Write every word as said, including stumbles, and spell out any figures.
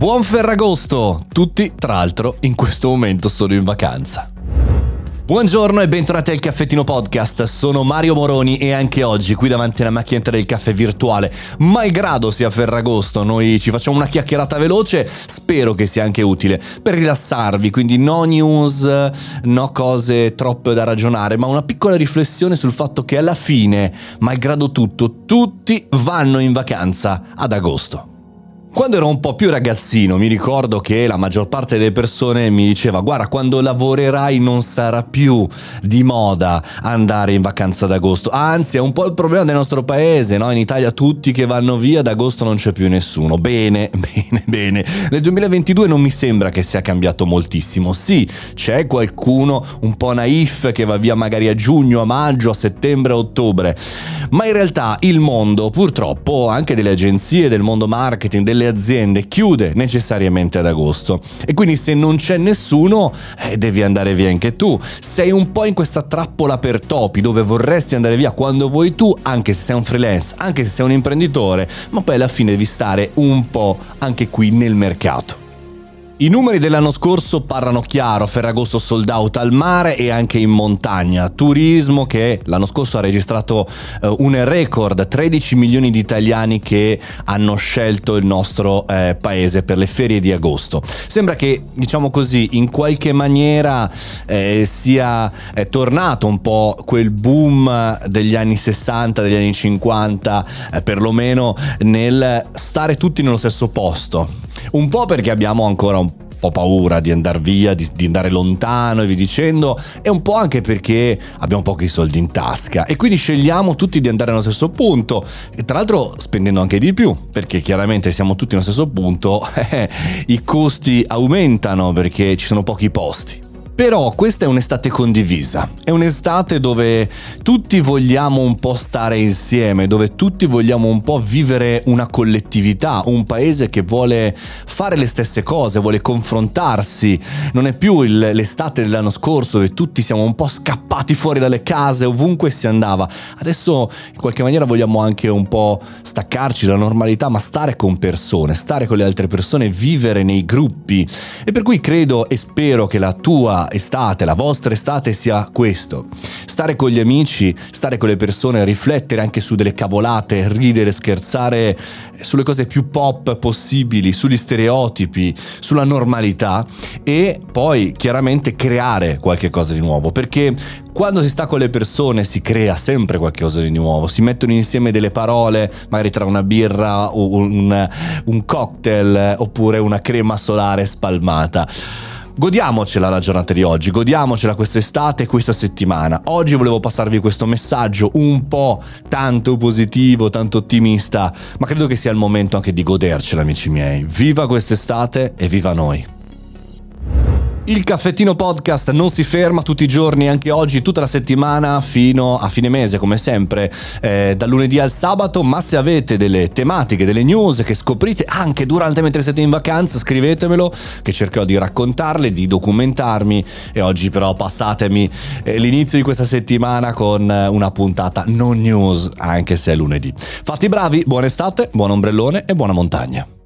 Buon Ferragosto! Tutti, tra l'altro, in questo momento sono in vacanza. Buongiorno e bentornati al Caffettino Podcast, sono Mario Moroni e anche oggi qui davanti alla macchinetta del caffè virtuale, malgrado sia Ferragosto, noi ci facciamo una chiacchierata veloce, spero che sia anche utile per rilassarvi, quindi no news, no cose troppe da ragionare, ma una piccola riflessione sul fatto che alla fine, malgrado tutto, tutti vanno in vacanza ad agosto. Quando ero un po' più ragazzino mi ricordo che la maggior parte delle persone mi diceva: guarda, quando lavorerai non sarà più di moda andare in vacanza ad agosto, anzi è un po' il problema del nostro paese, no? In Italia tutti che vanno via, ad agosto non c'è più nessuno. Bene, bene, bene. Nel duemilaventidue non mi sembra che sia cambiato moltissimo. Sì, c'è qualcuno un po' naif che va via magari a giugno, a maggio, a settembre, a ottobre, ma in realtà il mondo, purtroppo, anche delle agenzie, del mondo marketing, delle aziende, chiude necessariamente ad agosto, e quindi se non c'è nessuno eh, devi andare via anche tu. Sei un po' in questa trappola per topi dove vorresti andare via quando vuoi tu, anche se sei un freelance, anche se sei un imprenditore, ma poi alla fine devi stare un po' anche qui nel mercato. I numeri dell'anno scorso parlano chiaro: Ferragosto sold out al mare e anche in montagna, turismo che l'anno scorso ha registrato eh, un record, tredici milioni di italiani che hanno scelto il nostro eh, paese per le ferie di agosto. Sembra che, diciamo così, in qualche maniera eh, sia eh, tornato un po' quel boom degli anni sessanta, degli anni cinquanta, eh, perlomeno nel stare tutti nello stesso posto. Un po' perché abbiamo ancora un po' paura di andare via, di, di andare lontano e via dicendo, e un po' anche perché abbiamo pochi soldi in tasca e quindi scegliamo tutti di andare allo stesso punto, e tra l'altro spendendo anche di più, perché chiaramente siamo tutti allo stesso punto, eh, i costi aumentano perché ci sono pochi posti. Però questa è un'estate condivisa, è un'estate dove tutti vogliamo un po' stare insieme, dove tutti vogliamo un po' vivere una collettività, un paese che vuole fare le stesse cose, vuole confrontarsi. Non è più il, l'estate dell'anno scorso dove tutti siamo un po' scappati fuori dalle case, ovunque si andava. Adesso in qualche maniera vogliamo anche un po' staccarci dalla normalità, ma stare con persone, stare con le altre persone, vivere nei gruppi. E per cui credo e spero che la tua estate, la vostra estate sia questo: stare con gli amici, stare con le persone, riflettere anche su delle cavolate, ridere, scherzare sulle cose più pop possibili, sugli stereotipi, sulla normalità, e poi chiaramente creare qualche cosa di nuovo, perché quando si sta con le persone si crea sempre qualcosa di nuovo, si mettono insieme delle parole, magari tra una birra o un, un cocktail oppure una crema solare spalmata. Godiamocela la giornata di oggi, godiamocela quest'estate, questa settimana. Oggi volevo passarvi questo messaggio un po' tanto positivo, tanto ottimista, ma credo che sia il momento anche di godercela, amici miei. Viva quest'estate e viva noi! Il Caffettino Podcast non si ferma tutti i giorni, anche oggi, tutta la settimana fino a fine mese, come sempre, eh, dal lunedì al sabato. Ma se avete delle tematiche, delle news che scoprite anche durante mentre siete in vacanza, scrivetemelo, che cercherò di raccontarle, di documentarmi. E oggi però passatemi eh, l'inizio di questa settimana con eh, una puntata non news, anche se è lunedì. Fatti bravi, buona estate, buon ombrellone e buona montagna.